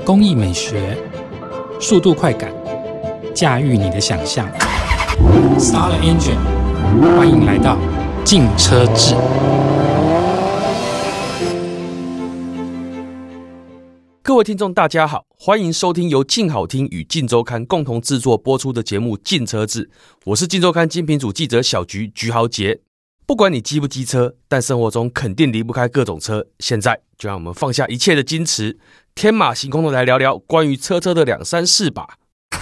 工艺美学、速度快感，驾驭你的想象。Start the engine， 欢迎来到静车志。 各位听众大家好，欢迎收听由静好听与静周刊共同制作播出的节目《静车志》，我是静周刊精品组记者小菊菊豪杰。不管你机不机车，但生活中肯定离不开各种车。现在就让我们放下一切的矜持，天马行空的来聊聊关于车的两三事吧。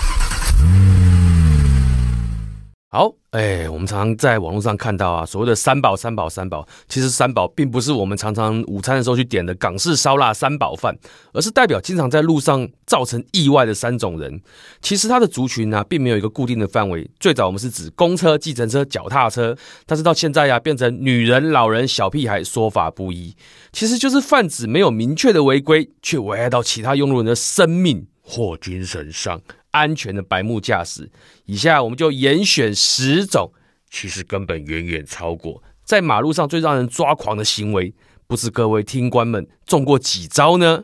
好，我们常常在网络上看到所谓的三宝，其实三宝并不是我们常常午餐的时候去点的港式烧腊三宝饭，而是代表经常在路上造成意外的三种人。其实它的族群并没有一个固定的范围，最早我们是指公车、计程车、脚踏车，但是到现在变成女人、老人、小屁孩，说法不一。其实就是泛指没有明确的违规，却危害到其他用路人的生命或精神上安全的白目驾驶。以下我们就严选10种，其实根本远远超过在马路上最让人抓狂的行为。不知各位听官们中过几招呢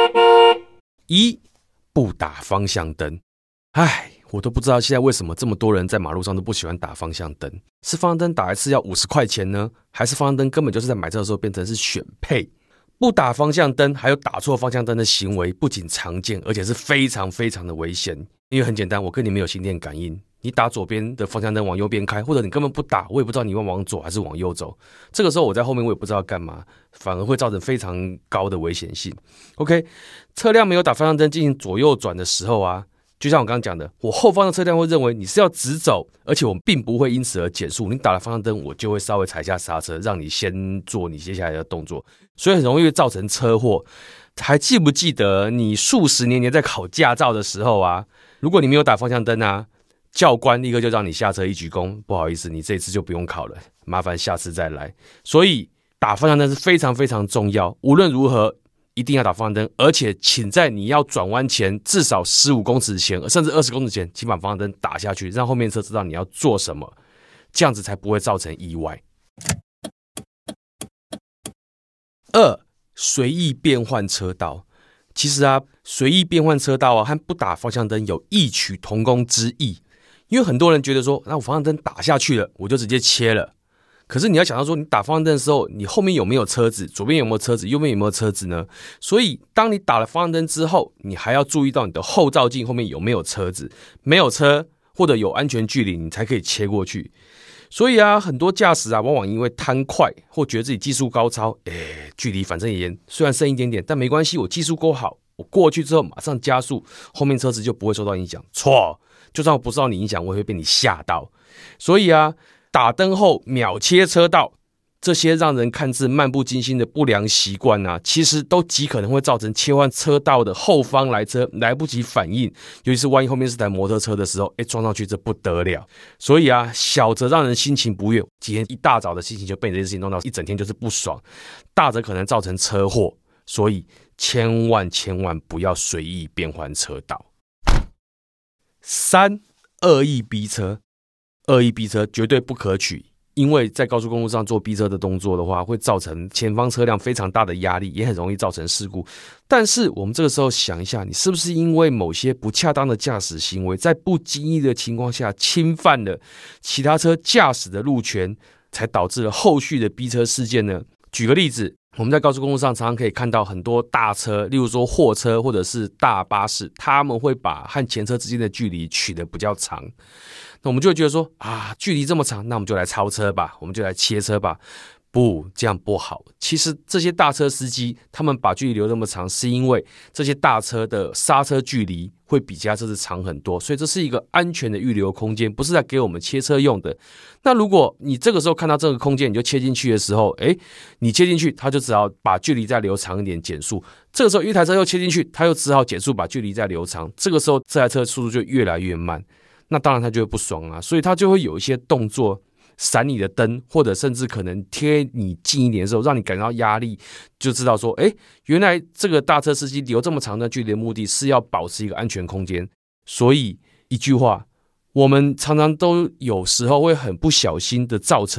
？1. 不打方向灯。我都不知道现在为什么这么多人在马路上都不喜欢打方向灯，是方向灯打一次要50块钱呢，还是方向灯根本就是在买车的时候变成是选配？不打方向灯还有打错方向灯的行为不仅常见，而且是非常非常的危险。因为很简单，我跟你没有心电感应，你打左边的方向灯往右边开，或者你根本不打，我也不知道你要往左还是往右走。这个时候我在后面我也不知道干嘛，反而会造成非常高的危险性。OK， 车辆没有打方向灯进行左右转的时候就像我刚刚讲的，我后方的车辆会认为你是要直走，而且我们并不会因此而减速。你打了方向灯，我就会稍微踩下刹车，让你先做你接下来的动作，所以很容易造成车祸。还记不记得你数十年前在考驾照的时候如果你没有打方向灯教官立刻就让你下车一鞠躬，不好意思，你这一次就不用考了，麻烦下次再来。所以打方向灯是非常非常重要，无论如何一定要打方向灯，而且请在你要转弯前至少15公尺前，甚至20公尺前，请把方向灯打下去，让后面车知道你要做什么，这样子才不会造成意外。2. 随意变换车道。其实随意变换车道和不打方向灯有异曲同工之意，因为很多人觉得说，那我方向灯打下去了，我就直接切了。可是你要想到说，你打方向灯的时候，你后面有没有车子，左边有没有车子，右边有没有车子呢？所以当你打了方向灯之后，你还要注意到你的后照镜后面有没有车子，没有车或者有安全距离，你才可以切过去。所以很多驾驶往往因为贪快或觉得自己技术高超，距离反正也虽然剩一点点，但没关系，我技术够好，我过去之后马上加速，后面车子就不会受到影响。错，就算我不受到你影响，我也会被你吓到。所以打灯后秒切车道，这些让人看似漫不经心的不良习惯其实都极可能会造成切换车道的后方来车来不及反应，尤其是万一后面是台摩托车的时候，撞上去这不得了。所以小则让人心情不悦，今天一大早的心情就被你这件事情弄到一整天就是不爽，大则可能造成车祸。所以千万不要随意变换车道。3. 恶意逼车。恶意逼车绝对不可取，因为在高速公路上做逼车的动作的话，会造成前方车辆非常大的压力，也很容易造成事故。但是我们这个时候想一下，你是不是因为某些不恰当的驾驶行为，在不经意的情况下侵犯了其他车驾驶的路权，才导致了后续的逼车事件呢？举个例子，我们在高速公路上常常可以看到很多大车，例如说货车或者是大巴士，他们会把和前车之间的距离取得比较长。那我们就会觉得说距离这么长，那我们就来超车吧，我们就来切车吧。不，这样不好。其实这些大车司机他们把距离留那么长，是因为这些大车的刹车距离会比其他车子长很多，所以这是一个安全的预留空间，不是在给我们切车用的。那如果你这个时候看到这个空间你就切进去的时候，你切进去他就只好把距离再留长一点减速，这个时候一台车又切进去，他又只好减速把距离再留长，这个时候这台车速度就越来越慢，那当然他就会不爽所以他就会有一些动作闪你的灯，或者甚至可能贴你近一点的时候，让你感到压力，就知道说，原来这个大车司机留这么长的距离的目的是要保持一个安全空间。所以一句话，我们常常都有时候会很不小心的造成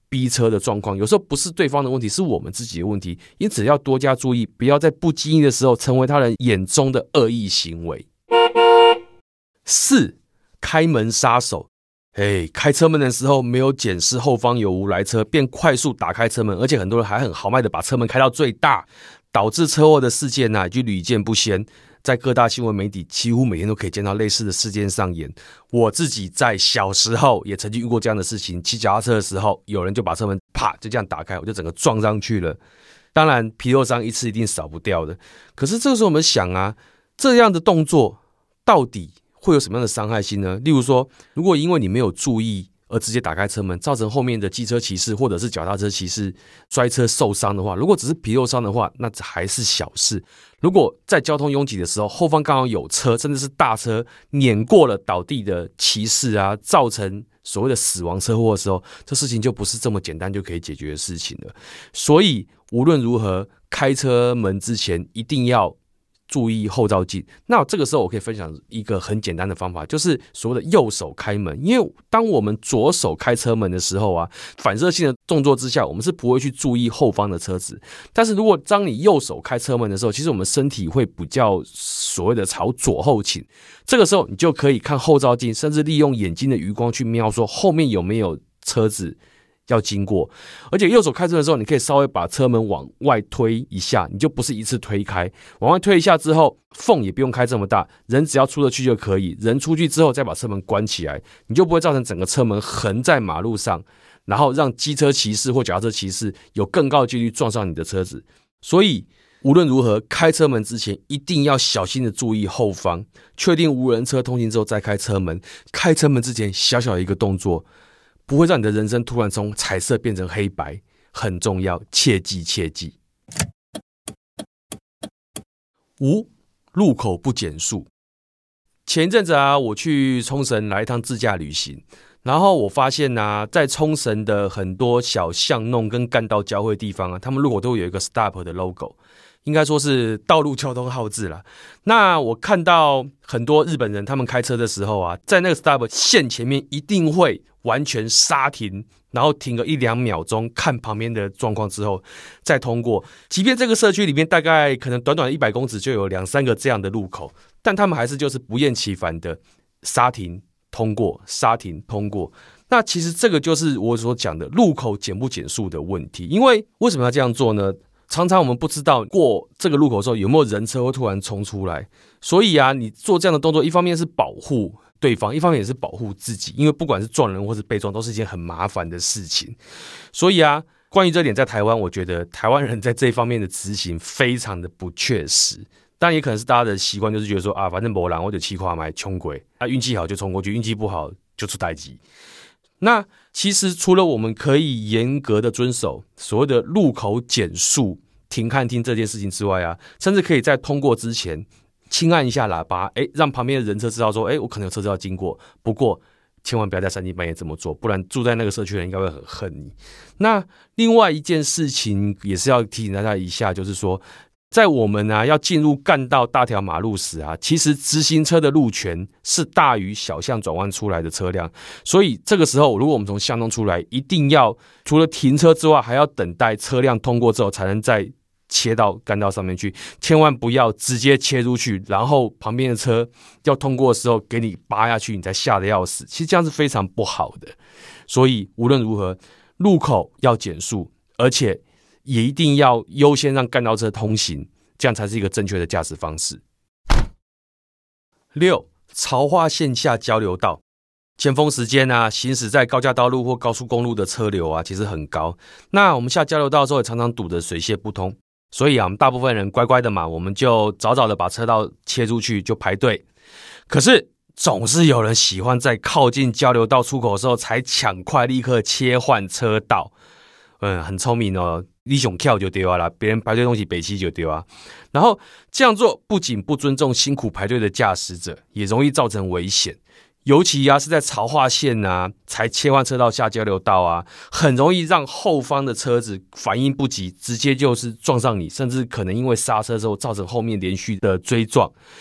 逼车的状况，有时候不是对方的问题，是我们自己的问题，因此要多加注意，不要在不经意的时候成为他人眼中的恶意行为。4. 开门杀手。开车门的时候没有检视后方有无来车，便快速打开车门，而且很多人还很豪迈的把车门开到最大，导致车祸的事件已经屡见不鲜，在各大新闻媒体几乎每天都可以见到类似的事件上演。我自己在小时候也曾经遇过这样的事情，骑脚踏车的时候，有人就把车门啪就这样打开，我就整个撞上去了。当然皮肉伤一次一定少不掉的，可是这个时候我们想啊，这样的动作到底会有什么样的伤害性呢？例如说，如果因为你没有注意而直接打开车门，造成后面的机车骑士或者是脚踏车骑士摔车受伤的话，如果只是皮肉伤的话，那还是小事。如果在交通拥挤的时候，后方刚好有车，甚至是大车碾过了倒地的骑士啊，造成所谓的死亡车祸的时候，这事情就不是这么简单就可以解决的事情了。所以无论如何，开车门之前一定要注意后照镜。那这个时候我可以分享一个很简单的方法，就是所谓的右手开门。因为当我们左手开车门的时候啊，反射性的动作之下，我们是不会去注意后方的车子。但是如果当你右手开车门的时候，其实我们身体会比较所谓的朝左后倾，这个时候你就可以看后照镜，甚至利用眼睛的余光去瞄说后面有没有车子要经过。而且右手开车的时候，你可以稍微把车门往外推一下，你就不是一次推开，往外推一下之后，缝也不用开这么大，人只要出得去就可以，人出去之后再把车门关起来，你就不会造成整个车门横在马路上，然后让机车骑士或脚踏车骑士有更高的几率撞上你的车子。所以无论如何，开车门之前一定要小心的注意后方，确定无人车通行之后再开车门。开车门之前小小的一个动作，不会让你的人生突然从彩色变成黑白，很重要，切记切记。5. 路口不减速。前一阵子啊，我去冲绳来一趟自驾旅行，然后我发现啊，在冲绳的很多小巷弄跟干道交汇地方啊，他们路口都有一个 STOP 的 logo， 应该说是道路交通号志啦。那我看到很多日本人他们开车的时候啊，在那个 STOP 线前面一定会完全刹停，然后停个1-2秒钟，看旁边的状况之后再通过。即便这个社区里面大概可能短短100公尺就有2-3个这样的路口，但他们还是就是不厌其烦的刹停通过，刹停通过。那其实这个就是我所讲的路口减不减速的问题。因为为什么要这样做呢？常常我们不知道过这个路口的时候有没有人车会突然冲出来，所以啊，你做这样的动作，一方面是保护对方，一方面也是保护自己，因为不管是撞人或是被撞，都是一件很麻烦的事情。所以啊，关于这点，在台湾，我觉得台湾人在这一方面的执行非常的不确实。当然也可能是大家的习惯，就是觉得说啊，反正没人，我就骑跨买冲轨，运气好就冲过去，运气不好就出代志。那其实除了我们可以严格的遵守所谓的路口减速、停看听这件事情之外啊，甚至可以在通过之前轻按一下喇叭，让旁边的人车知道说，我可能有车子要经过。不过千万不要在3更半夜这么做，不然住在那个社区的人应该会很恨你。那另外一件事情也是要提醒大家一下，就是说，在我们啊要进入干道大条马路时啊，其实直行车的路权是大于小巷转弯出来的车辆，所以这个时候如果我们从巷弄出来，一定要除了停车之外，还要等待车辆通过之后才能再切到干道上面去，千万不要直接切出去，然后旁边的车要通过的时候给你扒下去，你才吓得要死。其实这样是非常不好的。所以无论如何，路口要减速，而且也一定要优先让干道车通行，这样才是一个正确的驾驶方式。6. 槽化线下交流道。尖峰时间啊，行驶在高架道路或高速公路的车流啊，其实很高。那我们下交流道的时候，也常常堵得水泄不通。所以啊，我们大部分人乖乖的嘛，我们就早早的把车道切出去，就排队。可是总是有人喜欢在靠近交流道出口的时候才抢快立刻切换车道。很聪明哦，你想跳就对啦，别人排队东西北七就对啊。然后这样做不仅不尊重辛苦排队的驾驶者，也容易造成危险。尤其啊是在槽化线啊才切换车道下交流道啊，很容易让后方的车子反应不及，直接就是撞上你，甚至可能因为刹车之后造成后面连续的追撞。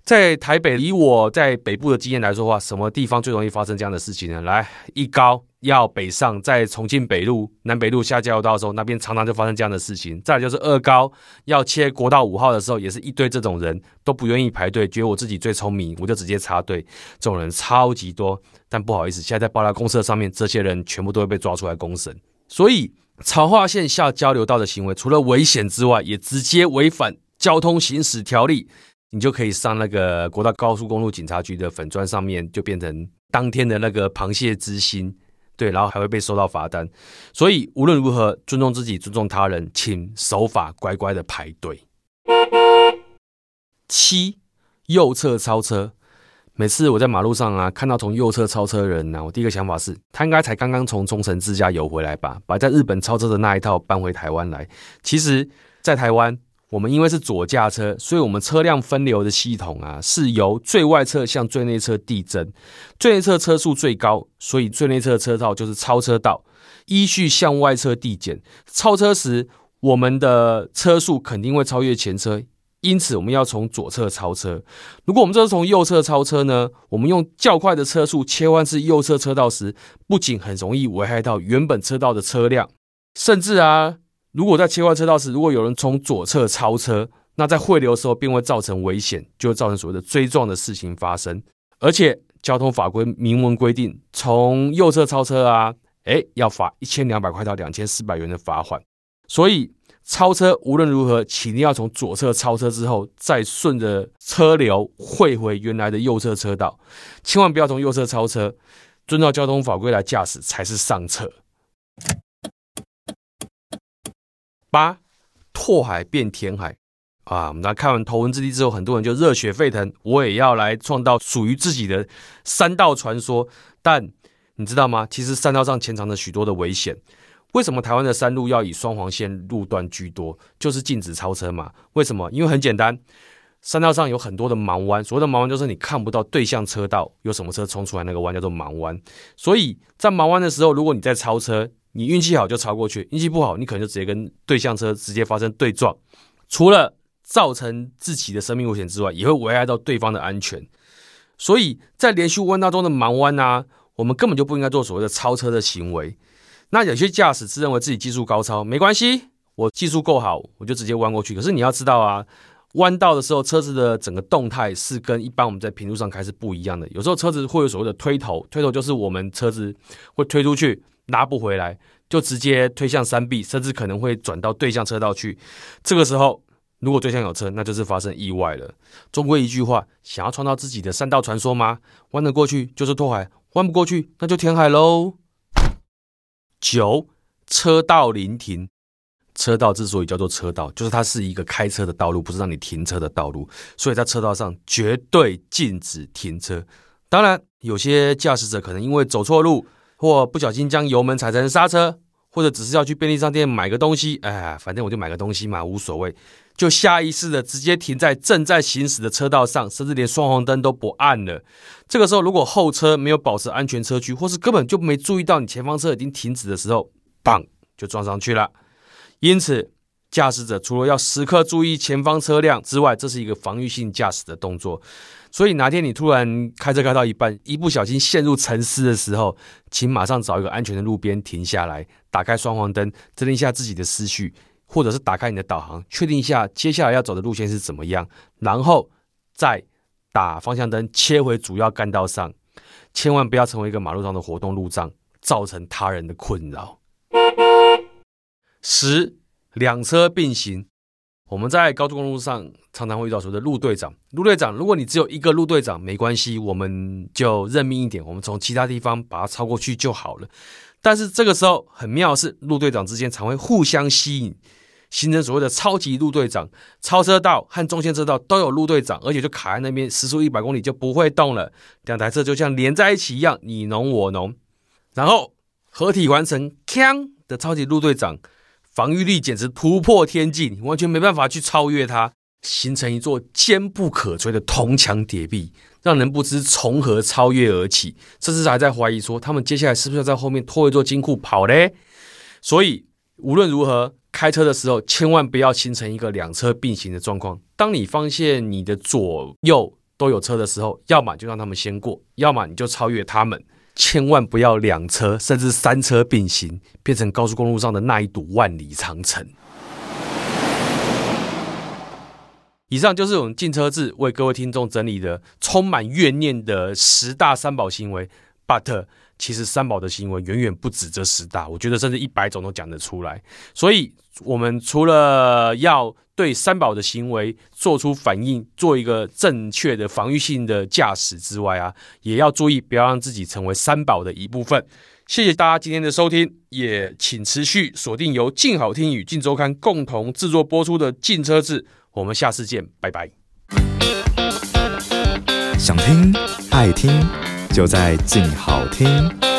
在台北，以我在北部的经验来说的话，什么地方最容易发生这样的事情呢？来，一高要北上，在重庆北路、南北路下交流道的时候，那边常常就发生这样的事情。再来就是二高要切国道5号的时候，也是一堆这种人都不愿意排队，觉得我自己最聪明，我就直接插队。这种人超级多，但不好意思，现在在爆料公社上面，这些人全部都会被抓出来公审。所以槽化线下交流道的行为，除了危险之外，也直接违反交通行驶条例。你就可以上那个国道高速公路警察局的粉专上面，就变成当天的那个螃蟹之星，对，然后还会被收到罚单。所以无论如何，尊重自己，尊重他人，请守法，乖乖的排队。7. 右侧超车。每次我在马路上看到从右侧超车的人我第一个想法是，他应该才刚刚从冲绳自驾游回来吧，把在日本超车的那一套搬回台湾来。其实，在台湾，我们因为是左驾车，所以我们车辆分流的系统是由最外侧向最内侧递增，最内侧车速最高，所以最内侧车道就是超车道，依序向外侧递减。超车时，我们的车速肯定会超越前车，因此我们要从左侧超车。如果我们这是从右侧超车呢，我们用较快的车速切换至右侧车道时，不仅很容易危害到原本车道的车辆，甚至如果在切换车道时，如果有人从左侧超车，那在汇流的时候便会造成危险，就会造成所谓的追撞的事情发生。而且交通法规明文规定，从右侧超车要罚1200块到2400元的罚款。所以超车无论如何，请一定要从左侧超车之后，再顺着车流汇回原来的右侧车道，千万不要从右侧超车，遵照交通法规来驾驶才是上策。8. 拓海变填海我们看完头文字 D 之后，很多人就热血沸腾，我也要来创造属于自己的山道传说。但你知道吗？其实山道上潜藏着许多的危险。为什么台湾的山路要以双黄线路段居多？就是禁止超车嘛。为什么？因为很简单，山道上有很多的盲弯，所谓的盲弯就是你看不到对向车道有什么车冲出来，那个弯叫做盲弯。所以在盲弯的时候，如果你在超车，你运气好就超过去，运气不好，你可能就直接跟对向车直接发生对撞。除了造成自己的生命危险之外，也会危害到对方的安全。所以在连续弯道中的盲弯我们根本就不应该做所谓的超车的行为。那有些驾驶自认为自己技术高超，没关系，我技术够好，我就直接弯过去。可是你要知道弯道的时候，车子的整个动态是跟一般我们在平路上开是不一样的。有时候车子会有所谓的推头，推头就是我们车子会推出去，拉不回来，就直接推向山壁，甚至可能会转到对向车道去。这个时候，如果对向有车，那就是发生意外了。终归一句话，想要创造自己的山道传说吗？弯得过去就是拓海，弯不过去那就填海咯。9. 车道临停。车道之所以叫做车道，就是它是一个开车的道路，不是让你停车的道路，所以在车道上绝对禁止停车。当然，有些驾驶者可能因为走错路，或不小心将油门踩成刹车，或者只是要去便利商店买个东西，反正我就买个东西嘛，无所谓，就下意识的直接停在正在行驶的车道上，甚至连双黄灯都不按了。这个时候，如果后车没有保持安全车距，或是根本就没注意到你前方车已经停止的时候，砰就撞上去了。因此，驾驶者除了要时刻注意前方车辆之外，这是一个防御性驾驶的动作。所以哪天你突然开车开到一半，一不小心陷入沉思的时候，请马上找一个安全的路边停下来，打开双黄灯，镇定一下自己的思绪，或者是打开你的导航，确定一下接下来要走的路线是怎么样，然后再打方向灯切回主要干道上。千万不要成为一个马路上的活动路障，造成他人的困扰。10. 两车并行。我们在高速公路上常常会遇到所谓的路队长。路队长，如果你只有一个路队长，没关系，我们就认命一点，我们从其他地方把它超过去就好了。但是这个时候很妙的是，路队长之间常会互相吸引，形成所谓的超级路队长。超车道和中线车道都有路队长，而且就卡在那边，时速100公里就不会动了。两台车就像连在一起一样，你侬我侬，然后合体完成锵的超级路队长。防御力简直突破天际，你完全没办法去超越它，形成一座坚不可摧的铜墙铁壁，让人不知从何超越而起，甚至还在怀疑说他们接下来是不是要在后面拖一座金库跑嘞？所以无论如何，开车的时候千万不要形成一个两车并行的状况。当你发现你的左右都有车的时候，要么就让他们先过，要么你就超越他们。千万不要2车甚至3车并行，变成高速公路上的那一堵万里长城。以上就是我们进车志为各位听众整理的充满怨念的10大三宝行为 ，but 其实三宝的行为远远不止这10大，我觉得甚至100种都讲得出来。所以我们除了要对三宝的行为做出反应，做一个正确的防御性的驾驶之外啊，也要注意不要让自己成为三宝的一部分。谢谢大家今天的收听，也请持续锁定由静好听与静周刊共同制作播出的进车志。我们下次见，拜拜。 想听爱听，就在静好听。